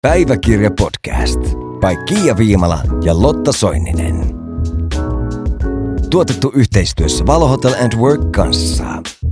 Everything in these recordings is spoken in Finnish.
Päiväkirja-podcast by Kiia Viimala ja Lotta Soininen. Tuotettu yhteistyössä Valo Hotel & Work kanssa.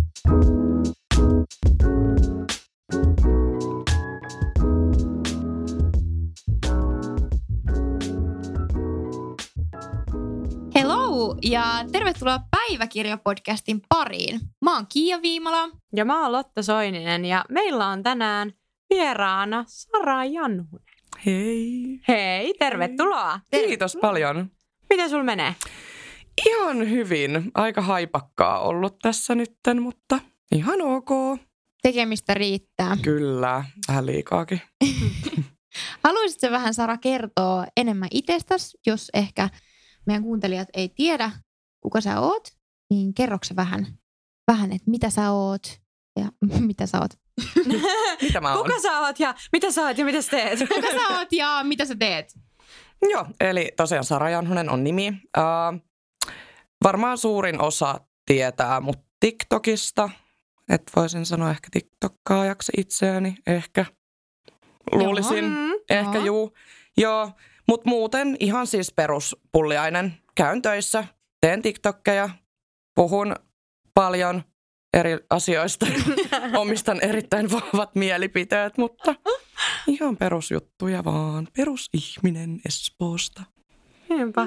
Hello ja tervetuloa Päiväkirja-podcastin pariin. Mä oon Kiia Viimala. Ja mä oon Lotta Soininen ja meillä on tänään vieraana Sara Janhunen. Hei. Hei, tervetuloa. Kiitos paljon. Miten sul menee? Ihan hyvin. Aika haipakkaa ollut tässä nytten, mutta ihan ok. Tekemistä riittää. Kyllä, vähän liikaakin. Haluaisitko vähän, Sara, kertoa enemmän itsestäsi, jos ehkä meidän kuuntelijat ei tiedä, kuka sä oot, niin kerroksä vähän, että mitä sä oot ja mitä sä oot? Mitä mä oon? Kuka sä oot ja mitä sä oot ja mitä sä teet? Kuka sä oot ja mitä sä teet? Joo, eli tosiaan Sara Janhunen on nimi. Varmaan suurin osa tietää mut TikTokista. Että voisin sanoa ehkä TikTokkaajaksi itseäni, ehkä. Luulisin, ehkä juu. Joo, mutta muuten ihan siis peruspulliainen. Käyn töissä, teen TikTokkeja, puhun paljon eri asioista. Omistan erittäin vahvat mielipiteet, mutta ihan perusjuttuja vaan. Perusihminen Espoosta. Niinpä.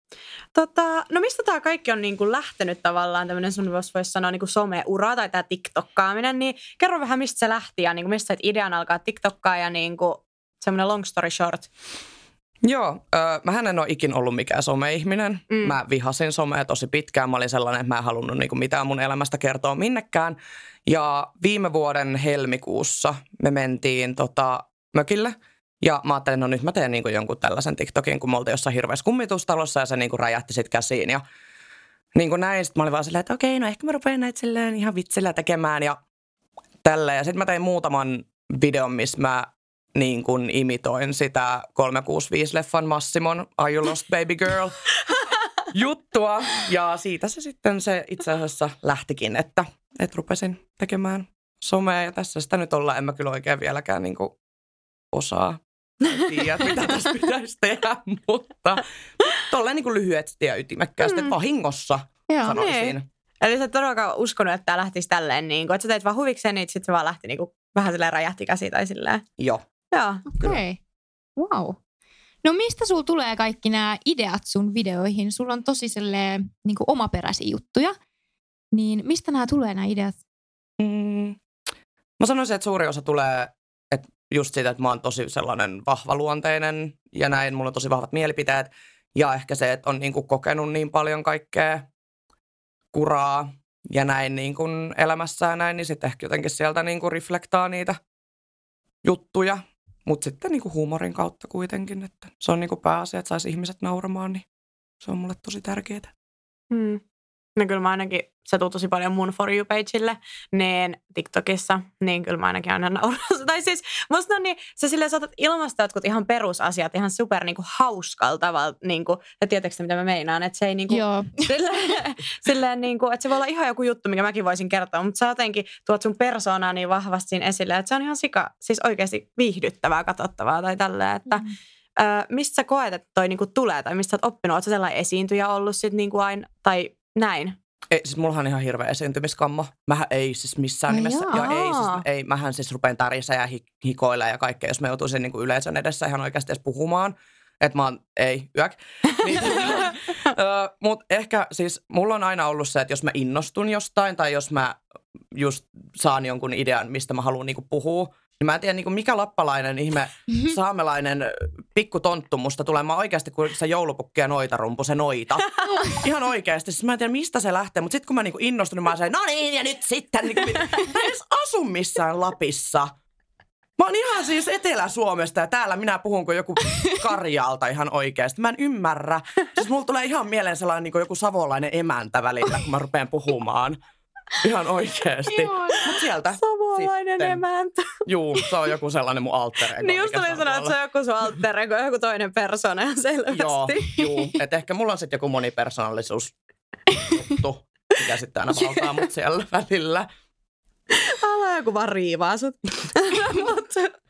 No mistä tää kaikki on niinku lähtenyt tavallaan, tämmöinen sun voisi sanoa niinku some-ura tai tää TikTokkaaminen, niin kerro vähän mistä se lähti ja niinku mistä idean alkaa TikTokkaa ja niinku semmoinen long story short. Joo, mähän en ole ikin ollut mikään some-ihminen. Mä vihasin somea tosi pitkään. Mä olin sellainen, että mä en halunnut niinku mitään mun elämästä kertoa minnekään. Ja viime vuoden helmikuussa me mentiin mökille. Ja mä ajattelin, no nyt mä teen niinku jonkun tällaisen TikTokin, kun me oltiin jossain hirveässä kummitustalossa ja se niinku räjähti sit käsiin. Ja niin kuin näin, sit mä olin vaan silleen, että okei, no ehkä mä rupean näitä silleen ihan vitsillä tekemään ja tälleen. Ja sit mä tein muutaman videon, missä mä niin kuin imitoin sitä 365-leffan Massimon Are You Lost Baby Girl juttua. Ja siitä se sitten se itse asiassa lähtikin, että rupesin tekemään somea. Ja tässä sitä nyt ollaan, en mä kyllä oikein vieläkään niin kuin osaa tiedä, mitä tässä pitäisi tehdä. Mutta tolleen niin kuin lyhyesti ja ytimekkäästi, että vahingossa sanoisin. Niin. Eli sä et todellakaan uskonut, että tää lähtisi tälleen, niin kuin, että sä teit vaan huvikseen, niin sitten se vaan lähti niin kuin, vähän silleen räjähti käsi tai silleen. Joo. Joo. Okei. Wow. No mistä sulla tulee kaikki nämä ideat sun videoihin? Sulla on tosi silleen niin kuin omaperäisiä juttuja. Niin mistä nämä tulee nämä ideat? Mä sanoisin, että suuri osa tulee että just siitä, että mä oon tosi sellainen vahvaluonteinen ja näin. Mulla on tosi vahvat mielipiteet. Ja ehkä se, että on niinku kokenut niin paljon kaikkea kuraa ja näin niin kuin elämässään näin, niin sitten ehkä jotenkin sieltä niinku reflektaa niitä juttuja. Mutta sitten niinku huumorin kautta kuitenkin, että se on niinku pääasia, että saisi ihmiset nauramaan, niin se on mulle tosi tärkeää. No kyllä mä ainakin, sä tuut tosi paljon mun For You-pageille, niin TikTokissa, niin kyllä mä ainakin aina nauran. Tai siis musta on niin, sä silleen saatat ilmaista jotkut ihan perusasiat ihan super niinku hauskalla tavalla, niinku, ja tiedätkö mitä mä meinaan, että se ei niinku, silleen niinku, että se voi olla ihan joku juttu, mikä mäkin voisin kertoa, mutta sä jotenkin tuot sun persoonaa niin vahvasti siinä esille, että se on ihan siis oikeasti viihdyttävää, katsottavaa tai tälleen, että mistä sä koet, että toi niinku tulee, tai mistä sä oot oppinut, oot sä sellainen esiintyjä ollut sit niinku aina, tai näin? Ei, siis mullahan on ihan hirveä esiintymiskammo. Mähän ei siis missään nimessä. Mähän siis rupean tärisä ja hikoilla ja kaikkea, jos mä joutuisin niin kuin yleisön edessä ihan oikeasti edes puhumaan. Että mä oon, Niin, mutta ehkä siis mulla on aina ollut se, että jos mä innostun jostain tai jos mä just saan jonkun idean, mistä mä haluan niinku puhua, niin mä en tiedä niinku mikä lappalainen ihme saamelainen pikkutonttu musta tulee. Mä oikeasti kuin se joulupukki ja noitarumpu, se noita. Ihan oikeasti. Siis mä en tiedä mistä se lähtee, mutta sitten kun mä niinku innostun, niin mä sain, no niin ja nyt sitten. Niin mä edes asu missään Lapissa. Mä oon ihan siis Etelä-Suomesta ja täällä minä puhun kuin joku Karjaalta ihan oikeasti. Mä en ymmärrä. Siis mulla tulee ihan mieleen sellainen niin kuin joku savolainen emäntä välillä, kun mä rupean puhumaan. Ihan oikeasti. Mut sieltä savolainen sitten emäntä. Juu, se on joku sellainen mun alter ego. Niin just olin sanoa, että se on joku sun alter ego, joku toinen persona ihan selvästi. Joo. Että ehkä mulla on sitten joku monipersonallisuus juttu, mikä sitten aina valtaa mut siellä välillä. Ala joku vaan riivaa sut.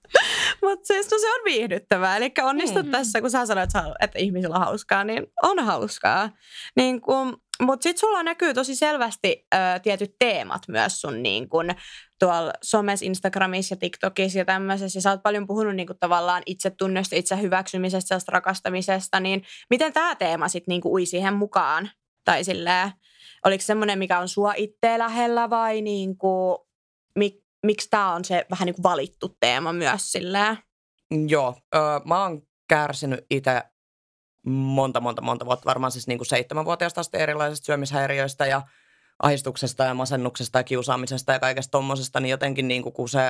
Mutta siis no se on viihdyttävää. Eli onnistut tässä, kun sä sanoit, että ihmisillä on hauskaa, niin on hauskaa. Niin mutta sitten sulla näkyy tosi selvästi tietyt teemat myös sun niin kun, tuolla somessa, Instagramissa ja TikTokissa ja tämmöisessä. Ja sä oot paljon puhunut niin kun, tavallaan itsetunnosta, itse hyväksymisestä, sellaista rakastamisesta. Niin miten tämä teema sitten niin ui siihen mukaan? Tai silleen, oliko semmoinen, mikä on sua itseä lähellä vai niin kuin, miksi tämä on se vähän niin kuin valittu teema myös silleen? Joo, mä oon kärsinyt itse monta vuotta, varmaan siis niin kuin 7-vuotiaasta asti erilaisista syömishäiriöistä ja ahdistuksesta ja masennuksesta ja kiusaamisesta ja kaikesta tommosesta, niin jotenkin niin kuin, kun se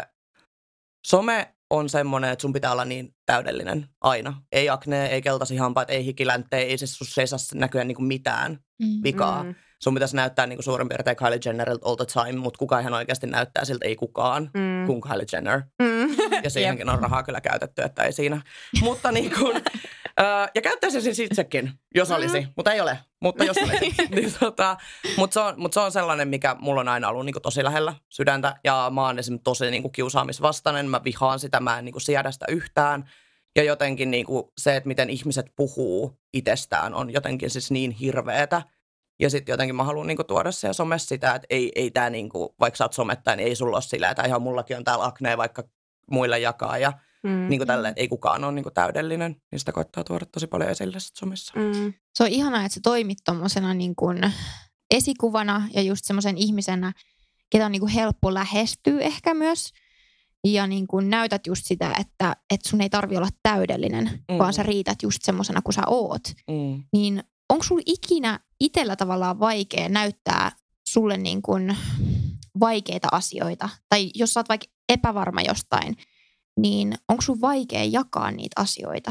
some on semmoinen, että sun pitää olla niin täydellinen aina. Ei aknea, ei keltaisia hampaita, ei hikilänttejä, ei siis sussa ei saa näkyä niin kuin mitään vikaa. Sun pitäisi näyttää niin kuin suurin piirtein Kylie Jenneriltä all the time, mutta kukaan ihan oikeasti näyttää siltä, ei kukaan, kuin Kylie Jenner. Ja siihenkin on rahaa kyllä käytetty, että ei siinä. Mutta niin kuin, ja käyttäisin siis itsekin, jos olisi, mutta ei ole. Mutta jos olisi. Niin, mutta se on sellainen, mikä mulla on aina ollut niin kuin tosi lähellä sydäntä. Ja mä oon esimerkiksi tosi niin kuin kiusaamisvastainen. Mä vihaan sitä, mä en niin kuin siedä sitä yhtään. Ja jotenkin niin kuin se, että miten ihmiset puhuu itsestään, on jotenkin siis niin hirveetä. Ja sitten jotenkin mä haluan niinku tuoda siellä somessa sitä, että ei tämä niinku, vaikka sä oot somettaja, niin ei sulla ole sillä, että ihan mullakin on täällä aknea vaikka muille jakaa. Ja niinku tälle, että ei kukaan ole niinku täydellinen, niin sitä koittaa tuoda tosi paljon esille sit somessa. Se on ihanaa, että sä toimit tommosena niin kuin esikuvana ja just semmoisen ihmisenä, ketä on niin kuin helppo lähestyä ehkä myös. Ja niin kuin näytät just sitä, että sun ei tarvitse olla täydellinen, vaan sä riität just semmosena kuin sä oot. Niin onko sulla ikinä itsellä tavallaan vaikea näyttää sulle niin kuin vaikeita asioita? Tai jos sä oot vaikka epävarma jostain, niin onko sun vaikea jakaa niitä asioita?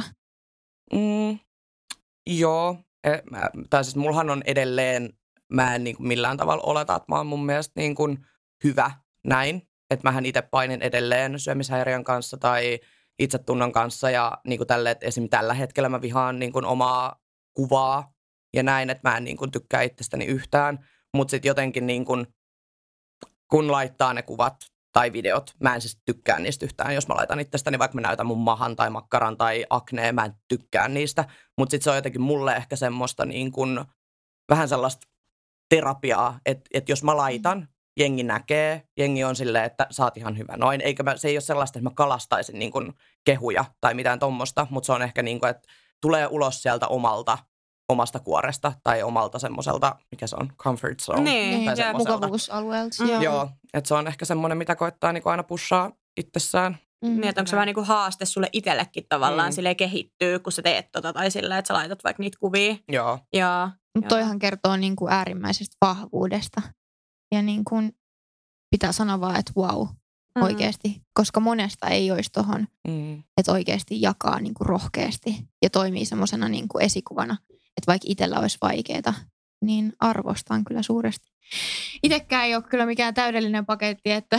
Joo. Tai siis mullahan on edelleen, mä en niin kuin millään tavalla oleta, että mä oon mun mielestä niin kuin hyvä näin. Että mähän itse painin edelleen syömishäiriön kanssa tai itsetunnon kanssa ja niin kuin tälle, että esimerkiksi tällä hetkellä mä vihaan niin kuin omaa kuvaa ja näin, että mä en niin kuin tykkää itsestäni yhtään. Mutta sitten jotenkin niin kuin, kun laittaa ne kuvat tai videot, mä en siis tykkää niistä yhtään. Jos mä laitan itsestäni, vaikka mä näytän mun mahan tai makkaran tai akneen, mä en tykkää niistä. Mutta sitten se on jotenkin mulle ehkä semmoista niin kuin, vähän sellaista terapiaa, että jos mä laitan, jengi näkee, jengi on silleen, että sä oot ihan hyvä noin. Se ei ole sellaista, että mä kalastaisin niin kuin kehuja tai mitään tommosta, mutta se on ehkä niin kuin, että tulee ulos sieltä omasta kuoresta tai omalta semmoiselta, mikä se on, comfort zone. Niin, ja mukavuusalueelta. Joo, että se on ehkä semmoinen, mitä koittaa niin kuin aina pushaa itsessään. Niin, että onko se vähän niin kuin haaste sulle itsellekin tavallaan silleen kehittyy, kun sä teet tai silleen, että sä laitat vaikka niitä kuvia. Joo. Mutta toihan kertoo niin kuin äärimmäisestä vahvuudesta. Ja niin kuin pitää sanoa vaan, että wow, oikeasti. Koska monesta ei olisi tohon, että oikeasti jakaa niin kuin rohkeasti ja toimii semmoisena niin kuin esikuvana. Että vaikka itsellä olisi vaikeaa, niin arvostan kyllä suuresti. Itsekään ei ole kyllä mikään täydellinen paketti, että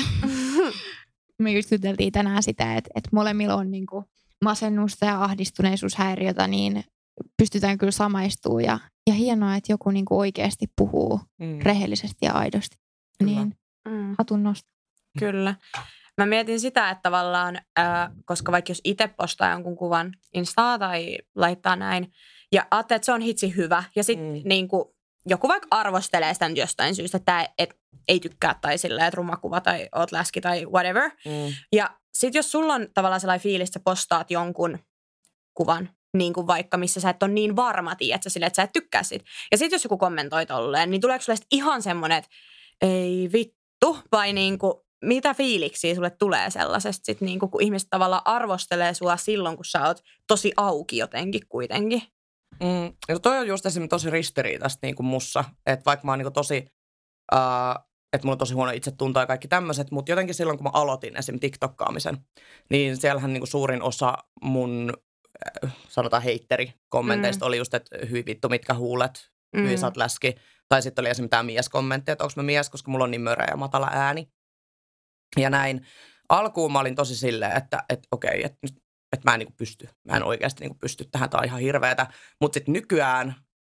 me just juteltiin tänään sitä, että molemmilla on niin kuin masennusta ja ahdistuneisuushäiriötä, niin pystytään kyllä samaistumaan. Ja hienoa, että joku niin kuin oikeasti puhuu rehellisesti ja aidosti. Kyllä. Niin hatun nosta. Kyllä. Mä mietin sitä, että tavallaan, koska vaikka jos itse postaa jonkun kuvan Instaa tai laittaa näin, ja ajattelee, että se on hitsi hyvä, ja sitten niin joku vaikka arvostelee sitä jostain syystä, että ei tykkää tai silleen, että rumakuva tai oot läski tai whatever. Ja sitten jos sulla on tavallaan sellainen fiilis, että sä postaat jonkun kuvan, niin kuin vaikka missä sä et ole niin varma, tiedätkö, silleen, että sä et tykkää siitä. Ja sitten jos joku kommentoi tolleen, niin tuleeko sulle ihan semmoinen, että ei vittu, vai niin kuin, mitä fiiliksiä sulle tulee sellaisesta, sit niin kuin, kun ihmiset tavallaan arvostelee sua silloin, kun sä oot tosi auki jotenkin kuitenkin? Ja toi on just esimerkiksi tosi ristiriitaista niin kuin mussa, että vaikka mä oon niin kuin tosi, että mulla on tosi huono itsetunto ja kaikki tämmöiset, mutta jotenkin silloin, kun mä aloitin esimerkiksi TikTokkaamisen, niin siellähän niin kuin suurin osa mun, sanotaan heitteri-kommenteista oli just, että hyi vittu, mitkä huulet, hyi sä oot läski. Tai sitten oli esimerkiksi tämä mies-kommentti, että onko mä mies, koska mulla on niin mörä ja matala ääni. Ja näin. Alkuun mä olin tosi silleen, että okei, että mä en niinku pysty. Mä en oikeasti niinku pysty tähän, tää on ihan hirveetä. Mutta sitten nykyään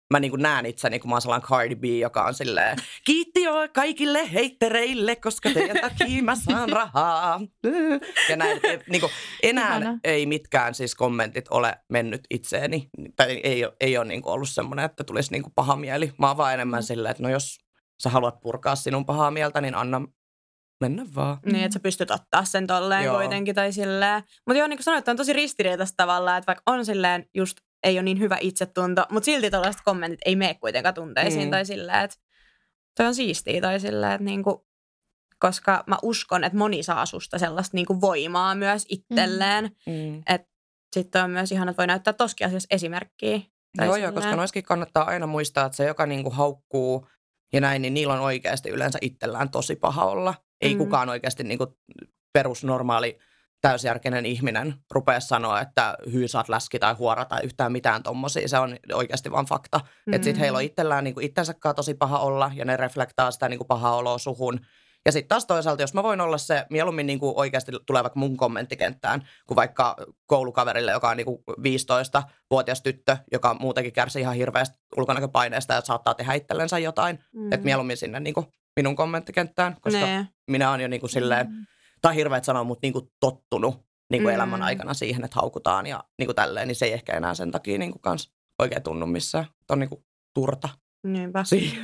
mä niin kuin näen itseni, kun mä oon sellainen Cardi B, joka on silleen, kiitti jo kaikille heittereille, koska teidän takia mä saan rahaa. Ja näin, niin kuin, enää ei mitkään siis kommentit ole mennyt itseeni. Tai ei ole niin kuin ollut semmoinen, että tulisi niin kuin paha mieli. Mä oon vaan enemmän silleen, että no jos sä haluat purkaa sinun pahaa mieltä, niin anna mennä vaan. Niin, että sä pystyt ottaa sen tolleen kuitenkin tai silleen. Mutta joo, niin kuin sanoit, että on tosi ristiriitaista tavallaan, että vaikka on silleen just ei ole niin hyvä itsetunto, mutta silti tällaiset kommentit ei mene kuitenkaan tunteisiin tai silleen, että toi on siistiä tai silleen, että niinku, koska mä uskon, että moni saa susta sellaista niinku voimaa myös itselleen. Että sitten on myös ihan, että voi näyttää toskin asiassa esimerkkiä. Joo, koska noissakin kannattaa aina muistaa, että se, joka niinku haukkuu ja näin, niin niillä on oikeasti yleensä itsellään tosi paha olla. Ei kukaan oikeasti niinku perusnormaali täysjärkinen ihminen rupea sanoa, että saat läski tai huora tai yhtään mitään tommosia. Se on oikeasti vaan fakta. Että sitten heillä on itsellään niinku itsensäkaan tosi paha olla ja ne reflektaa sitä niinku pahaa oloa suhun. Ja sitten taas toisaalta, jos mä voin olla se mieluummin niinku oikeasti tulee vaikka mun kommenttikenttään, kuin vaikka koulukaverille, joka on niinku 15-vuotias tyttö, joka muutenkin kärsii ihan hirveästi ulkonäköpaineesta ja saattaa tehdä itsellensä jotain. Että mieluummin sinne niinku minun kommenttikenttään, koska minä olen jo niinku silleen, tai hirveät sanoa, mutta niinku tottunut niinku elämän aikana siihen, että haukutaan ja niinku tälleen, niin se ei ehkä enää sen takia niinku kans oikein tunnu missään. On niinku turta. Niinpä.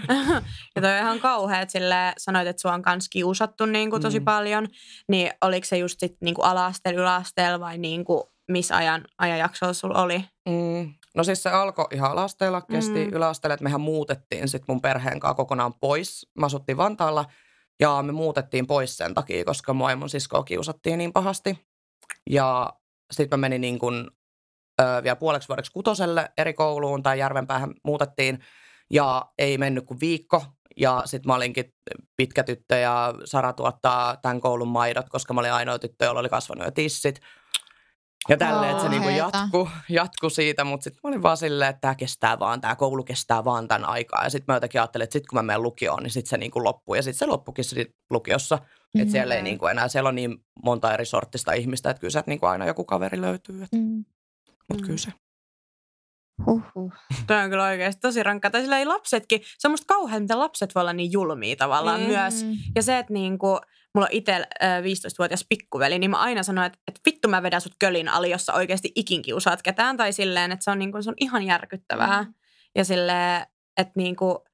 Ja toi on ihan kauhea, että silleen sanoit, että sua on kans kiusattu niinku tosi paljon, niin oliko se just sit niinku ala-asteella, yläasteella vai niinku missä ajanjaksolla sulla oli? No siis se alkoi ihan ala-asteella, kesti yläasteella, että mehän muutettiin sit mun perheen kanssa kokonaan pois. Mä asuttiin Vantaalla ja me muutettiin pois sen takia, koska mua ja mun siskoa kiusattiin niin pahasti. Ja sitten mä menin niin kuin vielä puoleksi vuodeksi Kutoselle eri kouluun tai Järvenpäähän muutettiin. Ja ei mennyt kuin viikko ja sitten mä olinkin pitkä tyttö ja Sara tuottaa tämän koulun maidot, koska mä olin ainoa tyttö, jolla oli kasvanut jo tissit. Ja tälleen, että se niinku jatku siitä, mutta sitten mä olin vaan silleen, että tämä koulu kestää vaan tämän aikaa. Ja sitten mä jotenkin ajattelin, että sitten kun mä menen lukioon, niin sitten se niinku loppuu. Ja sitten se loppukin lukiossa, että siellä ei niinku enää, siellä on niin monta eri sorttista ihmistä, että kyllä sieltä niinku aina joku kaveri löytyy. Mutta kyllä se. Toi on kyllä oikeasti tosi rankkaa. Tai sillä ei lapsetkin, se on musta kauhean, mitä lapset voi olla niin julmia tavallaan myös. Ja se, että niinku, mulla on itse 15-vuotias pikkuveli, niin mä aina sanon, että vittu mä vedän sut kölin ali, jos sä oikeasti ikinkiusaat ketään. Tai silleen, että se on, niinku, se on ihan järkyttävää. Ja silleen, että niinku,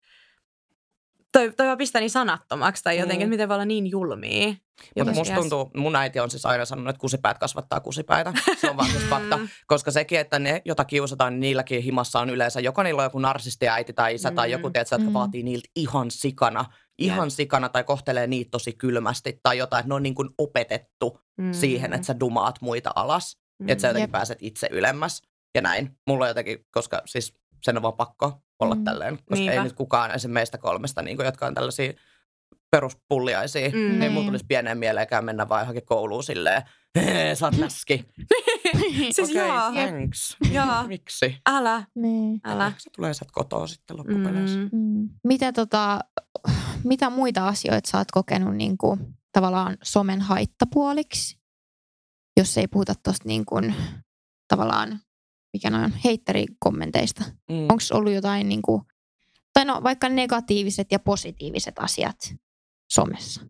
toi vaan pistää niin sanattomaksi tai jotenkin, että miten voi olla niin julmia. Mutta musta tuntuu, mun äiti on siis aina sanonut, että kusipäät kasvattaa kusipäitä. Se on vaan siis fakta. Koska sekin, että ne, jota kiusataan, niin niilläkin himassa on yleensä, joko niillä on joku narsistiäiti tai isä tai joku, tiedätkö, jotka vaatii niiltä ihan sikana tai kohtelee niitä tosi kylmästi tai jotain, että ne on niin kuin opetettu siihen, että sä dumaat muita alas. Että sä jotenkin pääset itse ylemmäs ja näin. Mulla on jotenkin, koska siis sen on vaan pakko olla tälleen, koska ei nyt kukaan esimerkiksi meistä kolmesta, niin kuin, jotka on tällaisia peruspulliaisia, niin mun tulisi pieneen mieleenkään mennä vaan johonkin kouluun silleen, sä oot läski. Siis okei, joo. thanks. Joo. Miksi? Älä. Se tulee sieltä kotoa sitten loppupeleissä. Mitä muita asioita sä oot kokenut niin kuin, tavallaan somen haittapuoliksi, jos ei puhuta tuosta niin kuin, tavallaan, mikä noin heitteri-kommenteista? Onko ollut jotain, niin kuin, tai no vaikka negatiiviset ja positiiviset asiat somessa?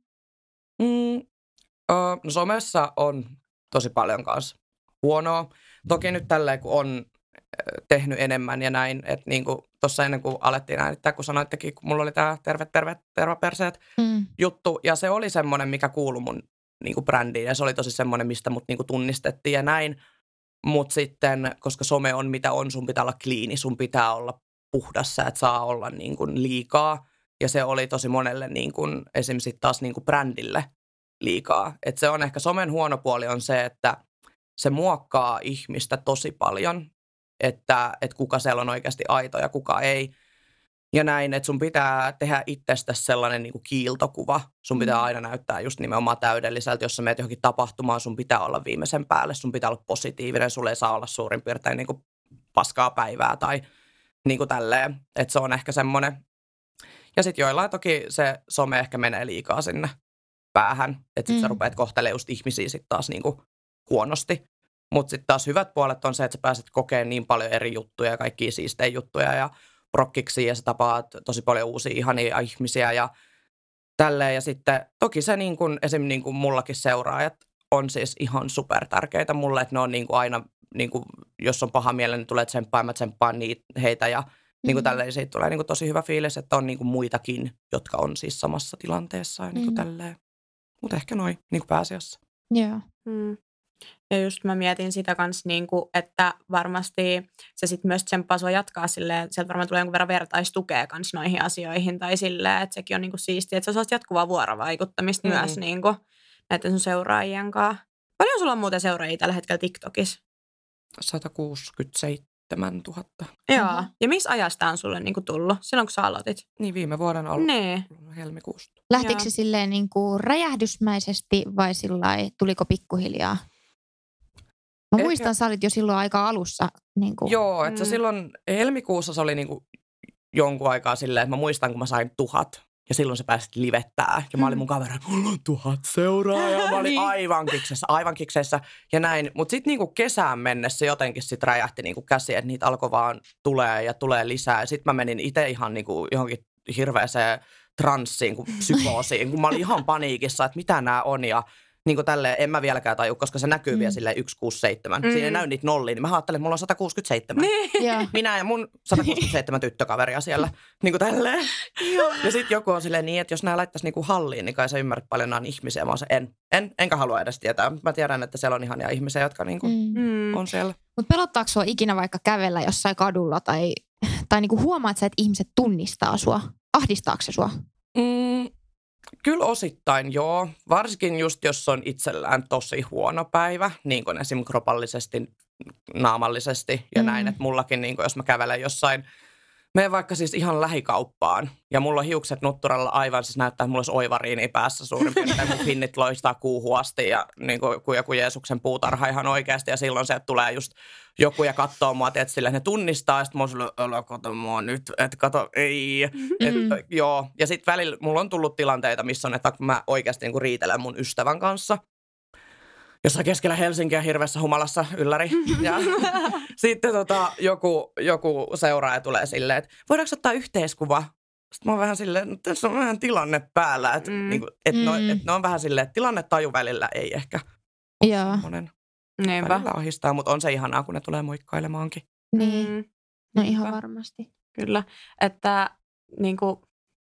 No somessa on tosi paljon kanssa huonoa. Toki nyt tälleen, kun on tehnyt enemmän ja näin, että niin kuin tuossa ennen kuin alettiin äänittää, kun sanoittekin, kun mulla oli tämä terve perseet juttu, ja se oli semmoinen, mikä kuului mun niin kuin brändiin, ja se oli tosi semmoinen, mistä mut niin kuin tunnistettiin ja näin, mutta sitten, koska some on mitä on, sun pitää olla kliini, sun pitää olla puhdas, sä et saa olla niin kuin liikaa, ja se oli tosi monelle niin kuin, esimerkiksi taas niin kuin brändille liikaa. Että se on ehkä somen huono puoli on se, että se muokkaa ihmistä tosi paljon, että kuka siellä on oikeasti aito ja kuka ei. Ja näin, että sun pitää tehdä itsestäsi sellainen niin kuin kiiltokuva. Sun pitää aina näyttää just nimenomaan täydelliseltä. Jos sä meet johonkin tapahtumaan, sun pitää olla viimeisen päälle. Sun pitää olla positiivinen. Sulle ei saa olla suurin piirtein niin kuin paskaa päivää tai niin kuin tälleen. Että se on ehkä semmoinen. Ja sitten joillain toki se some ehkä menee liikaa sinne päähän. Että sit sä rupeat kohtelemaan just ihmisiä sitten taas niin kuin huonosti. Mutta sitten taas hyvät puolet on se, että sä pääset kokemaan niin paljon eri juttuja ja kaikkia siistejä juttuja ja prokkiksi ja sä tapaat tosi paljon uusia ihania ihmisiä ja tälleen. Ja sitten toki se niin kuin, esim. Niin kuin mullakin seuraajat on siis ihan super tärkeitä mulle, että ne on niin kuin aina, niin kuin, jos on paha mielen, niin tulee tsemppaa, mä tsemppaan heitä ja niin kuin tälleen siitä tulee niin kuin tosi hyvä fiilis, että on niin kuin muitakin, jotka on siis samassa tilanteessa ja niin kuin tälleen. Mutta ehkä noin niin kuin pääasiassa. Joo. Ja just mä mietin sitä kanssa, niin kuin, että varmasti se sitten myös tsemppaa sua jatkaa silleen, sieltä varmaan tulee jonkun verran vertaistukea kanssa noihin asioihin tai silleen, että sekin on niin kuin siistiä, että sä osaat jatkuvaa vuorovaikuttamista myös niin kuin näiden sun seuraajien kanssa. Paljon sulla on muuten seuraajia tällä hetkellä TikTokissa? 167 000. Joo. Ja missä ajasta on sulle niin kuin tullut? Silloin kun sä aloitit? Niin viime vuoden alussa. Nee. Helmikuusta. Lähtikö se silleen niin kuin räjähdysmäisesti vai sillai, tuliko pikkuhiljaa? Mä muistan, sä olit jo silloin aika alussa. Niin kuin. Joo, että silloin helmikuussa se oli niin kuin jonkun aikaa silleen, että mä muistan, kun mä sain 1000. Ja silloin se pääsit livettää. Ja mä olin mun kaverin, mulla on 1000 seuraajaa. Mä olin aivan kiksessä ja näin. Mutta sitten niinku kesään mennessä jotenkin sit räjähti niinku käsi, että niitä alkoi vaan tulee lisää. Ja sitten mä menin itse ihan niinku johonkin hirveäseen transsiin, psykoosiin, kun mä olin ihan paniikissa, että mitä nämä on. Ja niin kuin tälleen, en mä vieläkään taju, koska se näkyy vielä silleen 167. Siinä ei näy niitä nollia, niin mä ajattelin, että mulla on 167. Minä ja mun 167 tyttökaveria siellä, niin kuin tälleen. Ja sitten joku on silleen niin, että jos nämä laittaisi niin kuin halliin, niin kai sä ymmärrät paljon, nämä on ihmisiä. Mä oon se, enkä halua edes tietää. Mä tiedän, että siellä on ihania ihmisiä, jotka niin kuin on siellä. Mutta pelottaako sua ikinä vaikka kävellä jossain kadulla tai niin kuin huomaat sä, että ihmiset tunnistaa sua? Ahdistaako se sua? Kyllä osittain joo, varsinkin just jos on itsellään tosi huono päivä, niin kuin esim. Kropallisesti, naamallisesti ja näin, että mullakin niin kuin jos mä kävelen jossain, menen vaikka siis ihan lähikauppaan ja mulla on hiukset nutturalla aivan, siis näyttää, että mulla olisi oivariini päässä suurin piirtein, mun pinnit loistaa kuuhun asti ja niin kuin joku Jeesuksen puutarha ihan oikeasti ja silloin se, että tulee just joku ja katsoo mua, että silleen ne tunnistaa ja sitten mä oon silleen, älä kato mua nyt, että kato, ei. Joo, ja sitten välillä mulla on tullut tilanteita, missä on, että mä oikeasti niin kuin riitelen mun ystävän kanssa. Jossain keskellä Helsinkiä hirveässä humalassa ylläri. Ja sitten joku seuraaja tulee silleen, että voidaanko ottaa yhteiskuva? Sitten mä oon vähän silleen, että tässä on vähän tilanne päällä. Että ne on vähän silleen, että tilannetaju välillä ei ehkä Joo. semmoinen välillä ahistaa, mutta on se ihanaa, kun ne tulee moikkailemaankin. Niin, no ihan varmasti. Kyllä, että niinku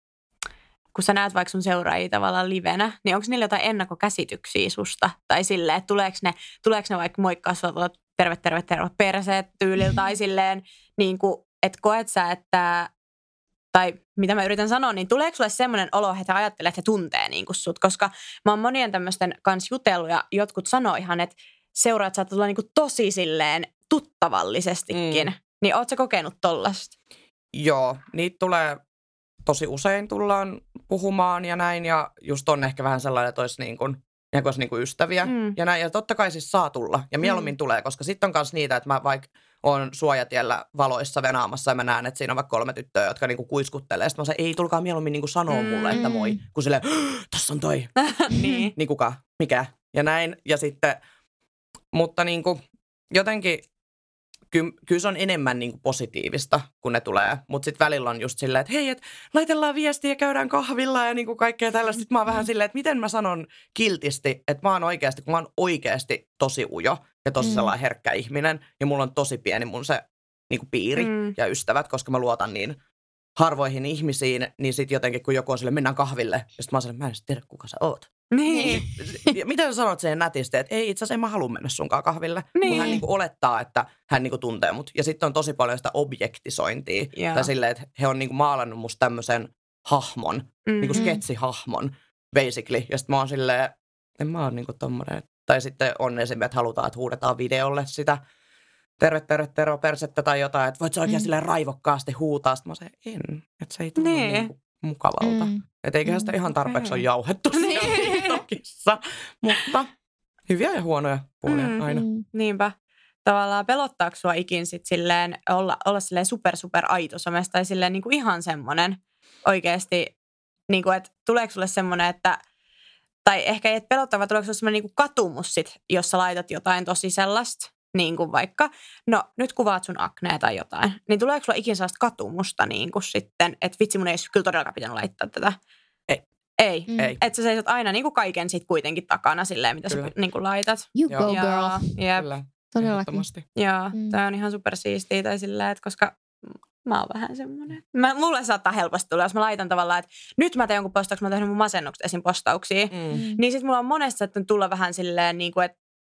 kun sä näet vaikka sun seuraajia tavallaan livenä, niin onko niillä jotain ennakkokäsityksiä susta? Tai silleen, että tuleeko ne vaikka moikkaa sua terve perseet tyylillä tai silleen, niin kuin, että koet sä, että, tai mitä mä yritän sanoa, niin tuleeko sulle semmoinen olo, että ajattelee, että he tuntee niin kuin sut? Koska mä oon monien tämmöisten kanssa jutellut ja jotkut sanoo ihan, että seuraajat saattaa tulla niin kuin tosi silleen tuttavallisestikin. Niin oot sä kokenut tollasta? Joo, niitä tulee tosi usein tullaan puhumaan ja näin ja just on ehkä vähän sellainen, että olisi niin kuin ystäviä ja näin. Ja totta kai siis saa tulla ja mieluummin tulee, koska sitten on myös niitä, että mä vaikka on suojatiellä valoissa venaamassa ja mä näen, että siinä on vaikka 3 tyttöä, jotka niinku kuiskuttelee. Sitten mä sanoin, ei tulkaa mieluummin niinku sanoa mulle, että moi, kun silleen, tässä on toi. niin kuka, mikä ja näin. Ja sitten, mutta niinku jotenkin kyllä se on enemmän niin kuin positiivista, kun ne tulee. Mutta sitten välillä on just silleen, että hei, et laitellaan viestiä ja käydään kahvilla ja niin kuin kaikkea tällaista. Sitten mä oon vähän silleen, että miten mä sanon kiltisti, että mä oon oikeasti, kun mä oon oikeasti tosi ujo ja tosi sellainen herkkä ihminen. Ja mulla on tosi pieni mun se niin kuin piiri ja ystävät, koska mä luotan niin harvoihin ihmisiin. Niin sitten jotenkin, kun joku on silleen, mennään kahville. Ja sitten mä oon silleen, mä en tiedä, kuka sä oot. Niin. Miten sä sanot sen nätisti, että ei itse asiassa en mä halua mennä sunkaan kahville. Niin. Kun hän niinku olettaa, että hän niinku tuntee mut. Ja sitten on tosi paljon sitä objektisointia. Yeah. Tai silleen, että he on niinku maalannut musta tämmöisen hahmon, niinku sketsihahmon basically. Ja sitten mä oon silleen, en mä oon niinku tommonen. Tai sitten on esimerkiksi, että halutaan, että huudetaan videolle sitä terve, persettä tai jotain. Että voit sä oikein silleen raivokkaasti huutaa. Sitten mä oon se, en. Että se ei tunnu niinku mukavalta. Että eiköhän sitä ihan tarpeeksi ole jauhettu siellä TikTokissa. Mutta hyviä ja huonoja puolia aina. Niinpä. Tavallaan pelottaako sua ikin sit silleen olla silleen super aito somesta tai silleen niinku ihan semmoinen oikeasti, niinku, että tuleeko sulle semmoinen, että tai ehkä ei pelottaa, vaan tuleeko sulle semmoinen niinku katumus sit, jos sä laitat jotain tosi sellaista niin kuin vaikka, no nyt kuvaat sun aknea tai jotain, niin tuleeko sulla ikinä sellaista katumusta niin kuin sitten, että vitsi mun ei kyllä todellakaan pitänyt laittaa tätä? Ei. Ei. Mm. Että sä seisot aina niin kuin kaiken sit kuitenkin takana silleen, mitä Kyllä. sä niin kuin laitat. You Joo. go girl. Jep. Kyllä. Todellakin. Ehdottomasti. Joo, Mm. tää on ihan supersiistiä tai silleen, että koska mä oon vähän semmonen. Mulle saattaa helposti tulla, jos mä laitan tavallaan, että nyt mä teen jonkun postauksen, mä oon tehnyt mun masennukset esim. Postauksia. Niin sit mulla on monesti saattanut tulla vähän silleen, niin kuin, että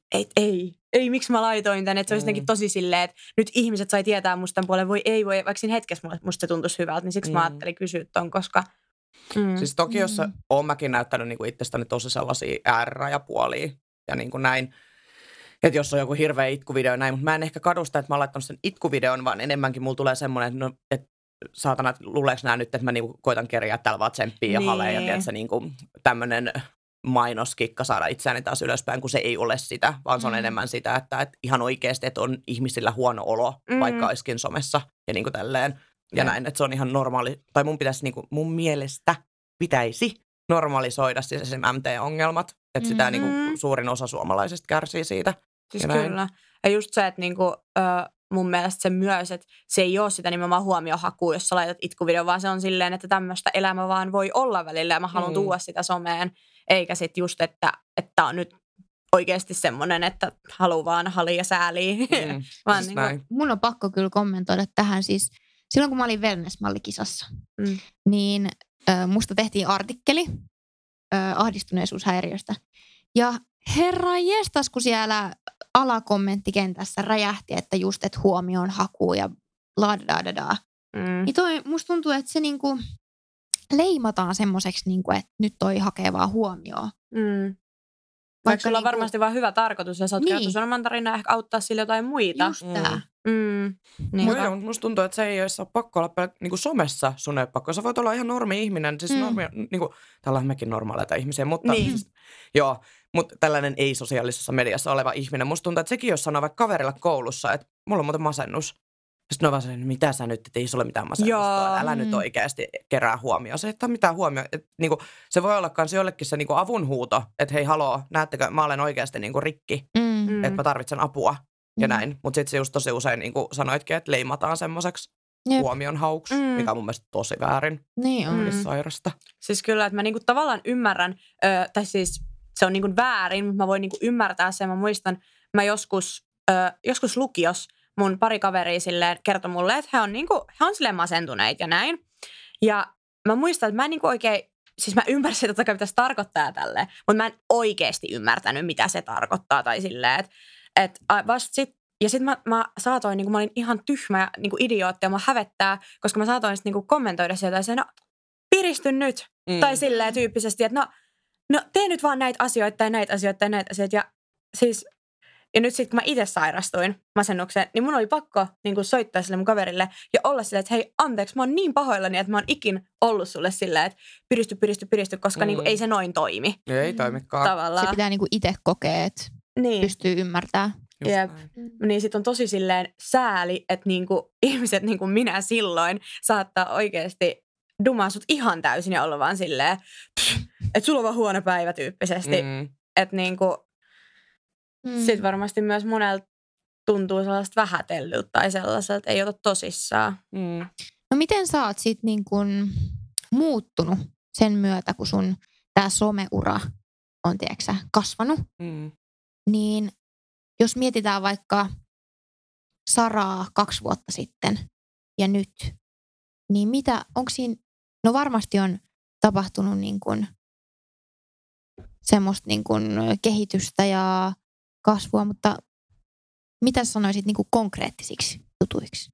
ei, miksi mä laitoin tän. Että se olisi jotenkin tosi silleen, että nyt ihmiset sai tietää musta tämän puolen, voi, vaikka siinä hetkessä musta se tuntuisi hyvältä. Niin siksi mä ajattelin kysyä ton, koska... Siis toki, jos oon mäkin näyttänyt niin kuin itsestäni tosi sellaisia äärirajapuolia ja niin kuin näin, että jos on joku hirveä itkuvideo näin, mutta mä en ehkä kadusta, että mä oon laittanut sen itkuvideon, vaan enemmänkin mulla tulee semmoinen, että, no, että saatana, että luuleeko nää nyt, että mä niinku koitan kerjää täällä vaan tsemppiä ja halee ja tiedätkö, niinku tämmöinen mainoskikka saada itseäni taas ylöspäin, kun se ei ole sitä, vaan se on enemmän sitä, että ihan oikeasti, että on ihmisillä huono olo, vaikka olisikin somessa ja niin kuin tälleen. Ja näin, että se on ihan normaali, tai mun mielestä pitäisi normalisoida siis esimerkiksi MT-ongelmat, että sitä niinku suurin osa suomalaisista kärsii siitä. Siis kyllä. Ja just se, että niinku, mun mielestä se myös, että se ei ole sitä nimenomaan huomiohakua, jos sä laitat itkuvideo, vaan se on silleen, että tämmöistä elämä vaan voi olla välillä ja mä haluan tuoda sitä someen, eikä sit just, että on nyt oikeasti semmoinen, että haluaa vaan halia ja sääliä. Vaan siis niinku, Mun on pakko kyllä kommentoida tähän siis. Silloin kun mä olin wellness-mallikisassa, niin musta tehtiin artikkeli ahdistuneisuushäiriöstä. Ja herra jestas, kun siellä alakommenttikentässä räjähti, että just, että huomioon hakuu ja la-da-da-da. Niin musta tuntuu, että se niinku leimataan semmoiseksi, niinku, että nyt toi hakee vaan huomioon. Vaikka sulla on varmasti vaan hyvä tarkoitus ja sä oot kertonut sun tarinaa ehkä auttaa sille jotain muita. Just tää. Niin. Joo, musta tuntuu, että se ei ole pakko olla niinku somessa sun ei pakko. Sä voit olla ihan normi-ihminen, siis niinku, täällä on mekin normaaleita ihmisiä, mutta siis, mutta tällainen ei-sosiaalisessa mediassa oleva ihminen. Musta tuntuu, että sekin jos sanoo vaikka kaverilla koulussa, että mulla on muuten masennus. Sitten on vaan sellainen, mitä sä nyt, että ei sulla mitään masennusta, älä nyt oikeasti kerää huomioon. Se ei ole mitään huomioon. Niinku, se voi olla myös jollekin se niinku avunhuuto, että hei haloo, näettekö, mä olen oikeasti niinku rikki, että mä tarvitsen apua ja näin. Mutta sitten se just tosi usein niin kuin sanoitkin, että leimataan semmoiseksi huomion hauksi, mikä on mun mielestä tosi väärin. Niin on. Sairasta. Siis kyllä, että mä niinku tavallaan ymmärrän, tai siis se on niinku väärin, mutta mä voin niinku ymmärtää sen. Mä muistan, mä joskus lukios mun pari kaveria silleen kertoi mulle, että he on silleen masentuneita ja näin. Ja mä muistan, että mä en niinku oikein, siis mä ymmärsin, että totta kai pitäisi tarkoittaa tälleen, mutta mä en oikeasti ymmärtänyt, mitä se tarkoittaa tai silleen, että vasta sit, ja sit mä saatoin, niinku mä olin ihan tyhmä niinku idiootti ja mä hävettää, koska mä saatoin sit niinku kommentoida sieltä ja se, no piristy nyt. Tai silleen tyyppisesti, että no tee nyt vaan näitä asioita tai näitä asioita tai näitä asioita. Ja siis, ja nyt sitten kun mä itse sairastuin masennukseen, niin mun oli pakko niinku soittaa sille mun kaverille ja olla silleen, että hei anteeksi, mä oon niin pahoillani, että mä oon ikin ollut sulle silleen, että piristy, koska niinku ei se noin toimi. Ei toimikaan. Tavallaan. Se pitää niinku itse kokea, että pystyy ymmärtämään. Jep. Niin sit on tosi silleen sääli, että niinku ihmiset niin kuin minä silloin saattaa oikeasti dumaa sut ihan täysin ja olla vaan silleen, että sulla on vaan huono päivä tyyppisesti. Että niinku sit varmasti myös monelta tuntuu sellaista vähätellyltä tai sellaiselta, että ei ota tosissaan. No miten sä oot sit niin kun muuttunut sen myötä, kun sun tää someura on, tiedätkö, kasvanut? Niin jos mietitään vaikka Saraa 2 vuotta sitten ja nyt, niin onko siinä, no varmasti on tapahtunut niin kuin semmoista niin kuin kehitystä ja kasvua, mutta mitä sanoisit niin kuin konkreettisiksi jutuiksi?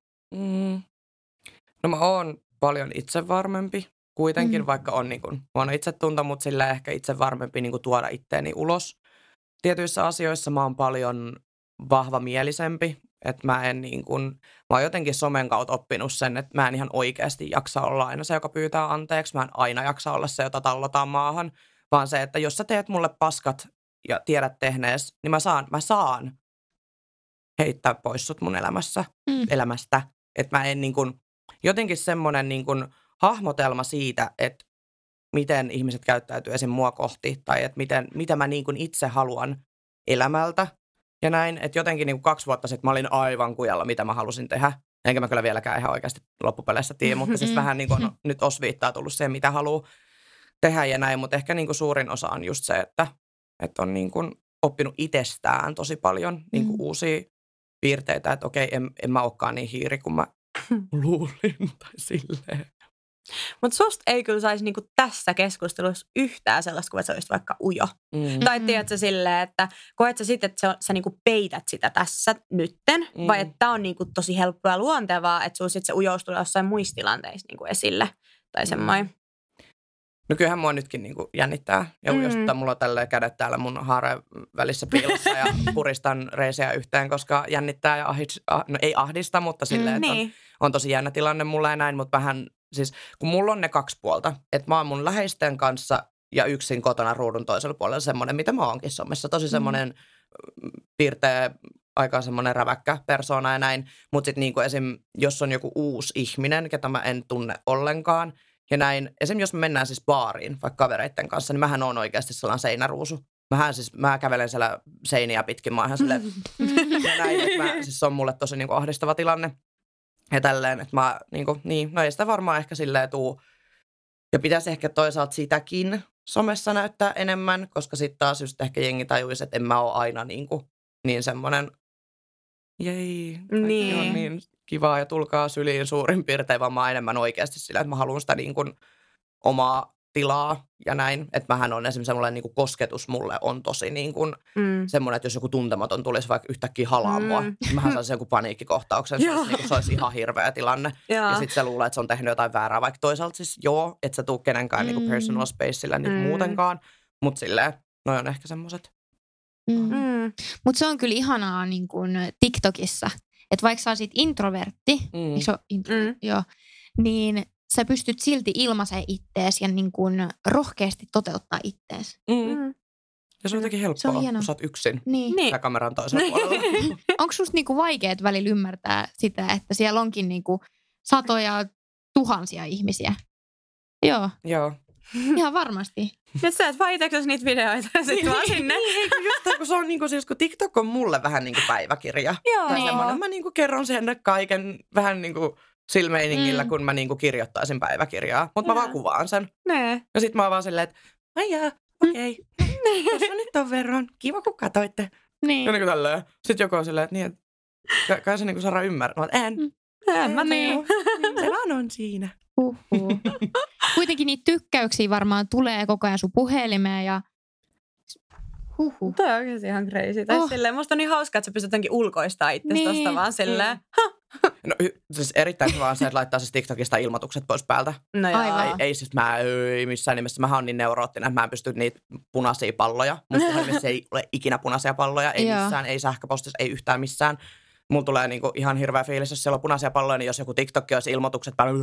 No mä oon paljon itsevarmempi kuitenkin, vaikka on niin kuin huono itsetunto, mutta sillä ehkä itsevarmempi niin kuin tuoda itteeni ulos. Tietyissä asioissa mä oon paljon vahvamielisempi, että mä oon jotenkin somen kautta oppinut sen, että mä en ihan oikeasti jaksa olla aina se, joka pyytää anteeksi. Mä en aina jaksa olla se, jota tallotaan maahan, vaan se, että jos sä teet mulle paskat ja tiedät tehnees, niin mä saan heittää pois sut mun elämästä. Että mä en jotenkin semmoinen hahmotelma siitä, että miten ihmiset käyttäytyy esim. Mua kohti tai että mitä mä itse haluan elämältä, ja näin. Että jotenkin niin kuin 2 vuotta sitten mä olin aivan kujalla, mitä mä halusin tehdä. Enkä mä kyllä vieläkään ihan oikeasti loppupeleissä tiedä, mutta siis vähän niin kuin nyt osviittaa tullut siihen, mitä haluaa tehdä ja näin. Mutta ehkä niin kuin suurin osa on just se, että on niin kuin oppinut itsestään tosi paljon niin kuin uusia piirteitä. Että okei, en mä olekaan niin hiiri kuin mä luulin tai silleen. Mutta susta ei kyllä saisi niinku tässä keskustelussa yhtään sellaista, kun sä olisit vaikka ujo. Tai tiedätkö silleen, että koet sä sitten, että sä niinku peität sitä tässä nytten, vai että tää on niinku tosi helppoa ja luontevaa, että sulla sitten se ujous tulee jossain muissa tilanteissa niinku esille tai semmoinen. No kyllähän mua nytkin niinku jännittää ja ujostuttaa. Mulla on tälleen kädet täällä mun haareen välissä piilossa ja puristan reisiä yhteen, koska jännittää ja ei ahdista, mutta silleen, että on tosi jännä tilanne mulla ja näin, mutta vähän siis kun mulla on ne 2 puolta, että mä oon mun läheisten kanssa ja yksin kotona ruudun toisella puolella semmoinen, mitä mä oonkin somessa. Tosi semmoinen piirteä, aika semmoinen räväkkä persoona ja näin. Mutta sitten niinku esim. Jos on joku uusi ihminen, ketä mä en tunne ollenkaan ja näin. Esim. Jos me mennään siis baariin vaikka kavereitten kanssa, niin mähän oon oikeasti sellainen seinäruusu. Mä kävelen siellä seiniä pitkin, mä oon ihan silleen, ja näin, että siis se on mulle tosi niinku ahdistava tilanne. Ja tälleen, että mä no ei sitä varmaan ehkä silleen tuu. Ja pitäisi ehkä toisaalta sitäkin somessa näyttää enemmän, koska sitten taas just ehkä jengi tajuisi, että en mä ole aina niin semmoinen, jei, kaikki on niin kivaa ja tulkaa syliin suurin piirtein, vaan mä oon enemmän oikeasti sillä, että mä haluan sitä niin kuin omaa tilaa ja näin. Että mähän on esimerkiksi semmoinen niin kuin kosketus mulle on tosi niin kuin semmoinen, että jos joku tuntematon tulisi vaikka yhtäkkiä halaa mua, niin mähän saisin joku paniikkikohtauksen. Se olisi ihan hirveä tilanne. Ja sitten se luulee, että se on tehnyt jotain väärää. Vaikka toisaalta siis et sä tuu kenenkään niin kuin personal spacella niin muutenkaan. Mutta silleen, noi on ehkä semmoiset. Mutta se on kyllä ihanaa niin kuin TikTokissa, että vaikka sä olisit introvertti, joo, niin sä pystyt silti ilmaisemaan ittees ja niin kuin rohkeasti toteuttaa ittees. Ja se on jotenkin helppoa, kun sä oot yksin ja kameran toisella puolella. Onko susta niinku vaikeet välillä ymmärtää sitä, että siellä onkin niinku satoja tuhansia ihmisiä? Joo. Ihan varmasti. Nyt sä et vaan itseksesi niitä videoita ja sit vaan sinne. Just kun se on niinku siis, kun TikTok on mulle vähän niinku päiväkirja. Tai semmoinen, mä niinku kerron sen kaiken vähän niinku silmeiningillä, kun mä niinku kirjoittaisin päiväkirjaa. Mutta mä vaan kuvaan sen. Ja sit mä oon vaan silleen, että aijaa, okei. Tässä nyt on verran. Kiva, kun katoitte. Niin. Ja niinku tälleen. Sitten joku on silleen, että niin, että kai se niinku Sara ymmärrät. En mä niin. Se vaan on siinä. Kuitenkin niitä tykkäyksiä varmaan tulee koko ajan sun puhelimeen ja Toi on oikeasti ihan crazy. Tai silleen, musta on niin hauskaa, että sä pystyt jotenkin ulkoistamaan itsestä tosta vaan silleen. No siis erittäin hyvä on se, että laittaa siis TikTokista ilmoitukset pois päältä. No ei siis ei missään nimessä. Mähän on niin neuroottinen, että mä en pysty niitä punaisia palloja. Mun puhelimessa ei ole ikinä punaisia palloja. Ei missään, ei sähköpostissa, ei yhtään missään. Mulla tulee niinku ihan hirveä fiilis, jos siellä on punaisia palloja, niin jos joku TikTok olisi ilmoitukset päällä.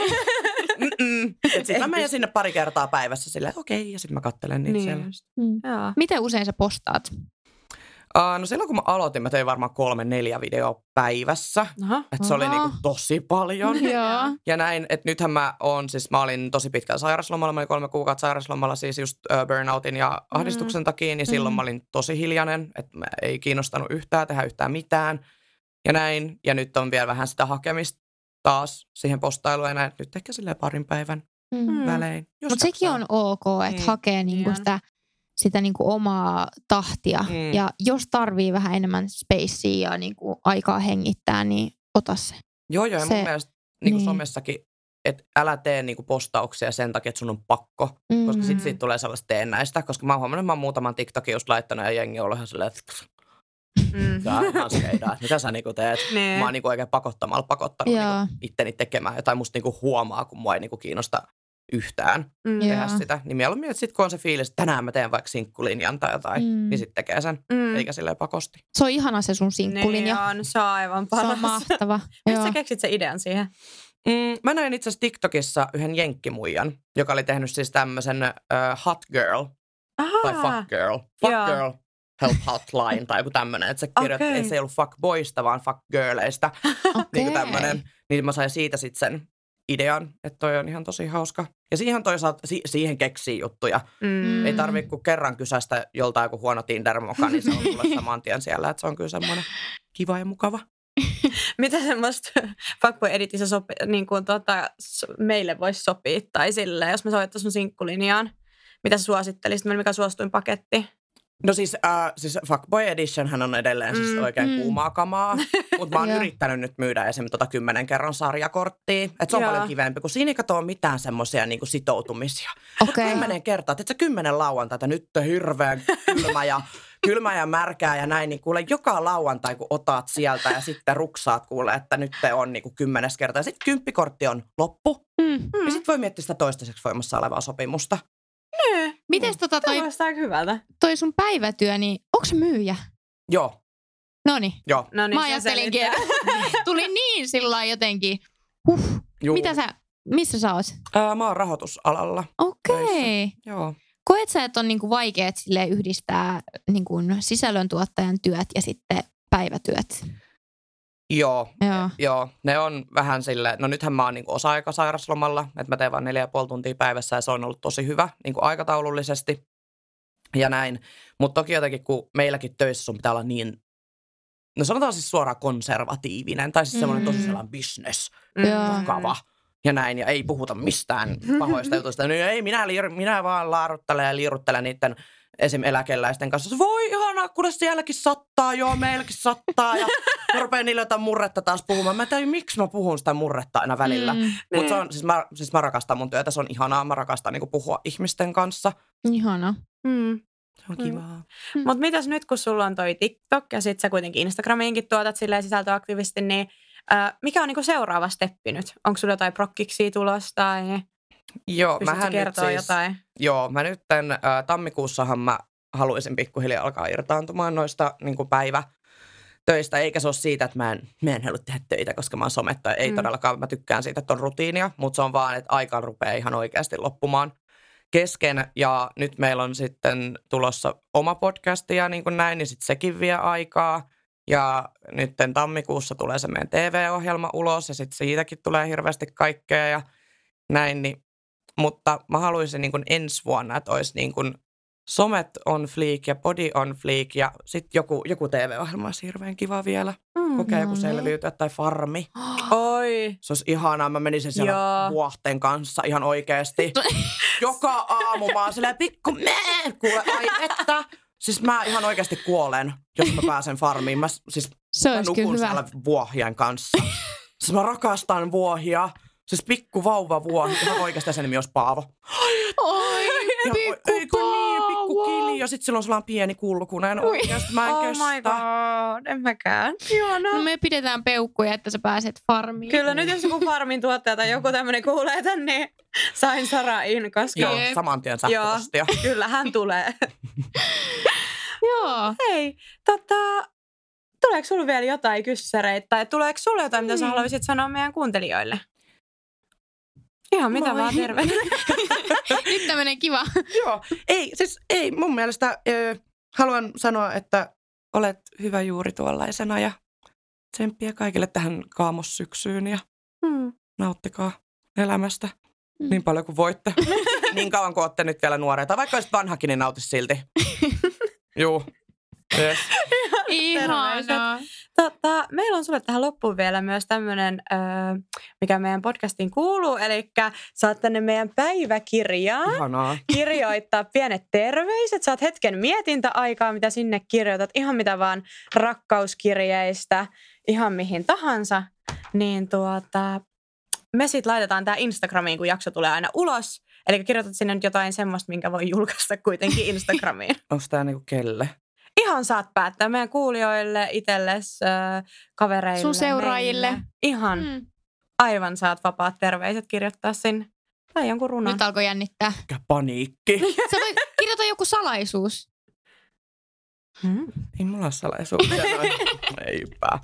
Sitten mä menen sinne pari kertaa päivässä silleen, että okei, ja sitten mä katselen niitä siellä. Miten usein sä postaat? No silloin kun mä aloitin, mä tein varmaan 3-4 videoa päivässä. Että se oli niinku tosi paljon. Ja näin, että nythän mä olin tosi pitkään sairaslomalla. Mä olin 3 kuukautta sairaslomalla siis just burnoutin ja ahdistuksen takia. Niin silloin mä olin tosi hiljainen, että mä ei kiinnostanut tehdä yhtään mitään. Ja näin, ja nyt on vielä vähän sitä hakemista taas siihen postailuun. Ja näin, nyt ehkä silleen parin päivän välein. Mutta sekin on ok, että hakee niinku sitä niinku omaa tahtia. Ja jos tarvii vähän enemmän spacea ja niinku aikaa hengittää, niin ota se. Joo, ja mun mielestä niinku somessakin, että älä tee niinku postauksia sen takia, että sun on pakko. Koska sit siitä tulee sellaista teennäistä. Koska mä oon huomannut, että mä oon muutaman TikTokin just laittanut ja jengi on ihan silleen, että mitä sä niinku teet? Mä oon niinku oikein pakottanut niinku itteni tekemään. Jotain musta niinku huomaa, kun mua ei niinku kiinnosta yhtään tehdä sitä. Niin mieluummin, että sit kun on se fiilis, että tänään mä teen vaikka sinkkulinjan tai jotain, niin sit tekee sen, eikä silleen pakosti. Se on ihana se sun sinkkulinja. Niin on, se on aivan paras. Se on mahtava. Mistä sä keksit sen idean siihen? Mä näin itse asiassa TikTokissa yhden jenkkimuijan, joka oli tehnyt siis tämmöisen hot girl tai fuck girl. Fuck girl help hotline tai joku tämmönen. Että se kirjoitti, että se ei ollut fuck boysta, vaan fuck girleista. Niin kuin tämmönen. Niin mä sain siitä sitten sen idean, että toi on ihan tosi hauska. Ja siihen toisaalta, siihen keksii juttuja. Ei tarvitse kuin kerran kysästä joltain joku huono Tinder-moka, niin se on mulle saman tien siellä, että se on kyllä semmoinen kiva ja mukava. Mitä semmoista fuckboy-editissä niin meille voisi sopia? Tai silleen, jos me soittaisiin sun sinkkulinjaan, mitä sä suosittelisit? Mikä suosituin paketti? No siis Fuckboy Editionhän on edelleen siis oikein kuumaa kamaa, mutta mä oon yrittänyt nyt myydä esimerkiksi 10 kerran sarjakorttia. Että se on paljon kivempi, kun siinä ei katso mitään semmoisia niinku sitoutumisia. Okay. 10 kertaa, että 10 lauantaita, nyt hirveän kylmä ja märkää ja näin, niin kuule joka lauantai, kun otat sieltä ja sitten ruksaat kuule, että nyt te on niinku 10 kertaa. Ja sitten 10 kortti on loppu, ja sitten voi miettiä sitä toistaiseksi voimassa olevaa sopimusta. Mites toi sun päivätyö, niin onko se myyjä? Joo. Noniin. Joo. Mä ajattelinkin, että tuli niin sillä jotenkin. Missä sä oot? Mä oon rahoitusalalla. Okei. Joo. Koet sä, että on niinku vaikeet yhdistää niinku sisällöntuottajan työt ja sitten päivätyöt? Joo. Ne on vähän silleen, no nythän mä oon niinku osa-aikasairaslomalla, että mä teen vaan 4,5 tuntia päivässä ja se on ollut tosi hyvä niinku aikataulullisesti ja näin. Mutta toki jotenkin, kun meilläkin töissä sun pitää olla niin, no sanotaan siis suoraan konservatiivinen tai siis semmoinen tosi sellainen business, vakava ja näin ja ei puhuta mistään pahoista jutuista. No ei, minä vaan laaruttelen ja liiruttelen niiden esim. Eläkeläisten kanssa. Voi ihanaa, kun sielläkin sattaa, joo, meilläkin sattaa. Ja mä rupean niille jotain murretta taas puhumaan. Mä en tiedä, miksi mä puhun sitä murretta aina välillä. Mutta se on, siis mä rakastan mun työtä, se on ihanaa. Mä rakastan niinku puhua ihmisten kanssa. Ihana. Se on kivaa. Mutta mitäs nyt, kun sulla on toi TikTok ja sit sä kuitenkin Instagramiinkin tuotat silleen sisältöaktiivisesti, niin mikä on niinku seuraava steppi nyt? Onko sulla jotain prokkiksia tulossa tai joo, pystytkö kertoa jotain? Joo, mä nyt tammikuussahan mä haluaisin pikkuhiljaa alkaa irtaantumaan noista niin kuin päivätöistä, eikä se ole siitä, että mä en halua tehdä töitä, koska mä oon somettaja. Ei todellakaan, mä tykkään siitä, että on rutiinia, mutta se on vaan, että aika rupeaa ihan oikeasti loppumaan kesken. Ja nyt meillä on sitten tulossa oma podcasti ja niin kuin näin, niin sitten sekin vie aikaa. Ja nyt tammikuussa tulee se meidän TV-ohjelma ulos ja sitten siitäkin tulee hirveästi kaikkea ja näin, niin mutta mä haluaisin niin kuin ensi vuonna, että olisi niin kuin somet on fleek ja body on fleek ja sitten joku TV-ohjelma olisi hirveän kiva vielä. Kokea joku selviytyä tai farmi. Oi. Se olisi ihanaa. Mä menisin siellä vuohten kanssa ihan oikeasti. Joka aamu mä oon silleen kuule ai että. Siis mä ihan oikeasti kuolen, jos mä pääsen farmiin. Mä nukun siellä vuohien kanssa. Siis mä rakastan vuohia. Siis pikku vauvavuohi, ihan oikeastaan sen nimi olisi Paavo. Oi, pikku Paavo. Pikku Kili ja sitten silloin sulla on pieni kulkunen. Oikeasti mä en kestä. Oh my god, en mäkään. Ihanaa. No me pidetään peukkuja, että sä pääset farmiin. Kyllä nyt jos joku farmin tuottaja tai joku tämmöinen kuulee tän, niin sain Sarain, koska... Joo, saman tien sähköpostia. Kyllä, hän tulee. Joo. Hei, tuleeko sulla vielä jotain kyssäreitä tai tuleeko sulla jotain, mitä sä haluaisit sanoa meidän kuuntelijoille? Ihan mitä vaan, terve. Nyt menee kiva. Joo, ei mun mielestä haluan sanoa, että olet hyvä juuri tuollaisena ja tsemppiä kaikille tähän kaamossyksyyn ja nauttikaa elämästä niin paljon kuin voitte. Niin kauan kuin olette nyt vielä nuoria. Tai vaikka olisit vanhakin, niin nautis silti. Juu. Yes. Ihanaa. Meillä on sulle tähän loppuun vielä myös tämmöinen, mikä meidän podcastiin kuuluu. Eli saat tänne meidän päiväkirjaan kirjoittaa pienet terveiset. Saat hetken mietintäaikaa, mitä sinne kirjoitat. Ihan mitä vaan rakkauskirjeistä, ihan mihin tahansa. Niin me sitten laitetaan tämä Instagramiin, kun jakso tulee aina ulos. Eli kirjoitat sinne nyt jotain semmoista, minkä voi julkaista kuitenkin Instagramiin. Onko tämä niinku kelle? Ihan saat päättää meidän kuulijoille, itsellesi, kavereille. Sun seuraajille. Meille. Ihan. Aivan saat vapaat terveiset kirjoittaa sinne. Tai jonkun runon. Nyt alkoi jännittää. Mikä paniikki. Sä voit kirjoita joku salaisuus. Ei mulla ole salaisuuksia. Eipä.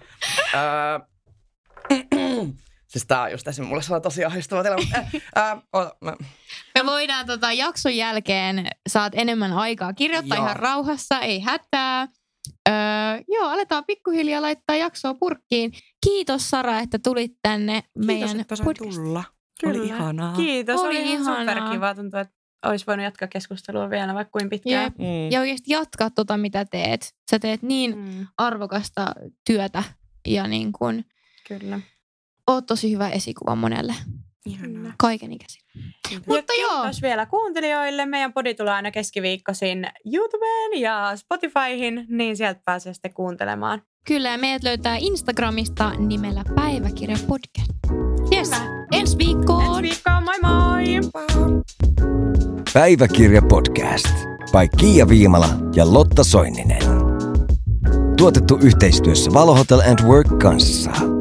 Siis tää on just esimerkiksi mulle sellainen tosi ahdistava tilanne. Me voidaan jakson jälkeen saat enemmän aikaa kirjoittaa ihan rauhassa, ei hätää. Aletaan pikkuhiljaa laittaa jaksoa purkkiin. Kiitos Sara, että tulit tänne meidän podcastiin. Oli ihanaa. Kiitos, oli ihan ihanaa. superkiva. Tuntuu, että olisi voinut jatkaa keskustelua vielä vaikka kuin pitkään. Jep. Ja oikeasti jatkaa mitä teet. Sä teet niin arvokasta työtä ja niin kuin Kyllä. oot tosi hyvä esikuva monelle. Ihanaa. Kaikenikäisille. Mutta joo. Kiitos vielä kuuntelijoille. Meidän podi tulee aina keskiviikkoisin YouTubeen ja Spotifyhin, niin sieltä pääsee sitten kuuntelemaan. Kyllä, ja meidät löytää Instagramista nimellä Päiväkirja Podcast. Yes. Ensi viikkoon. Moi moi! Päiväkirja Podcast by Kiia Viimala ja Lotta Soininen. Tuotettu yhteistyössä Valo Hotel & Work kanssa.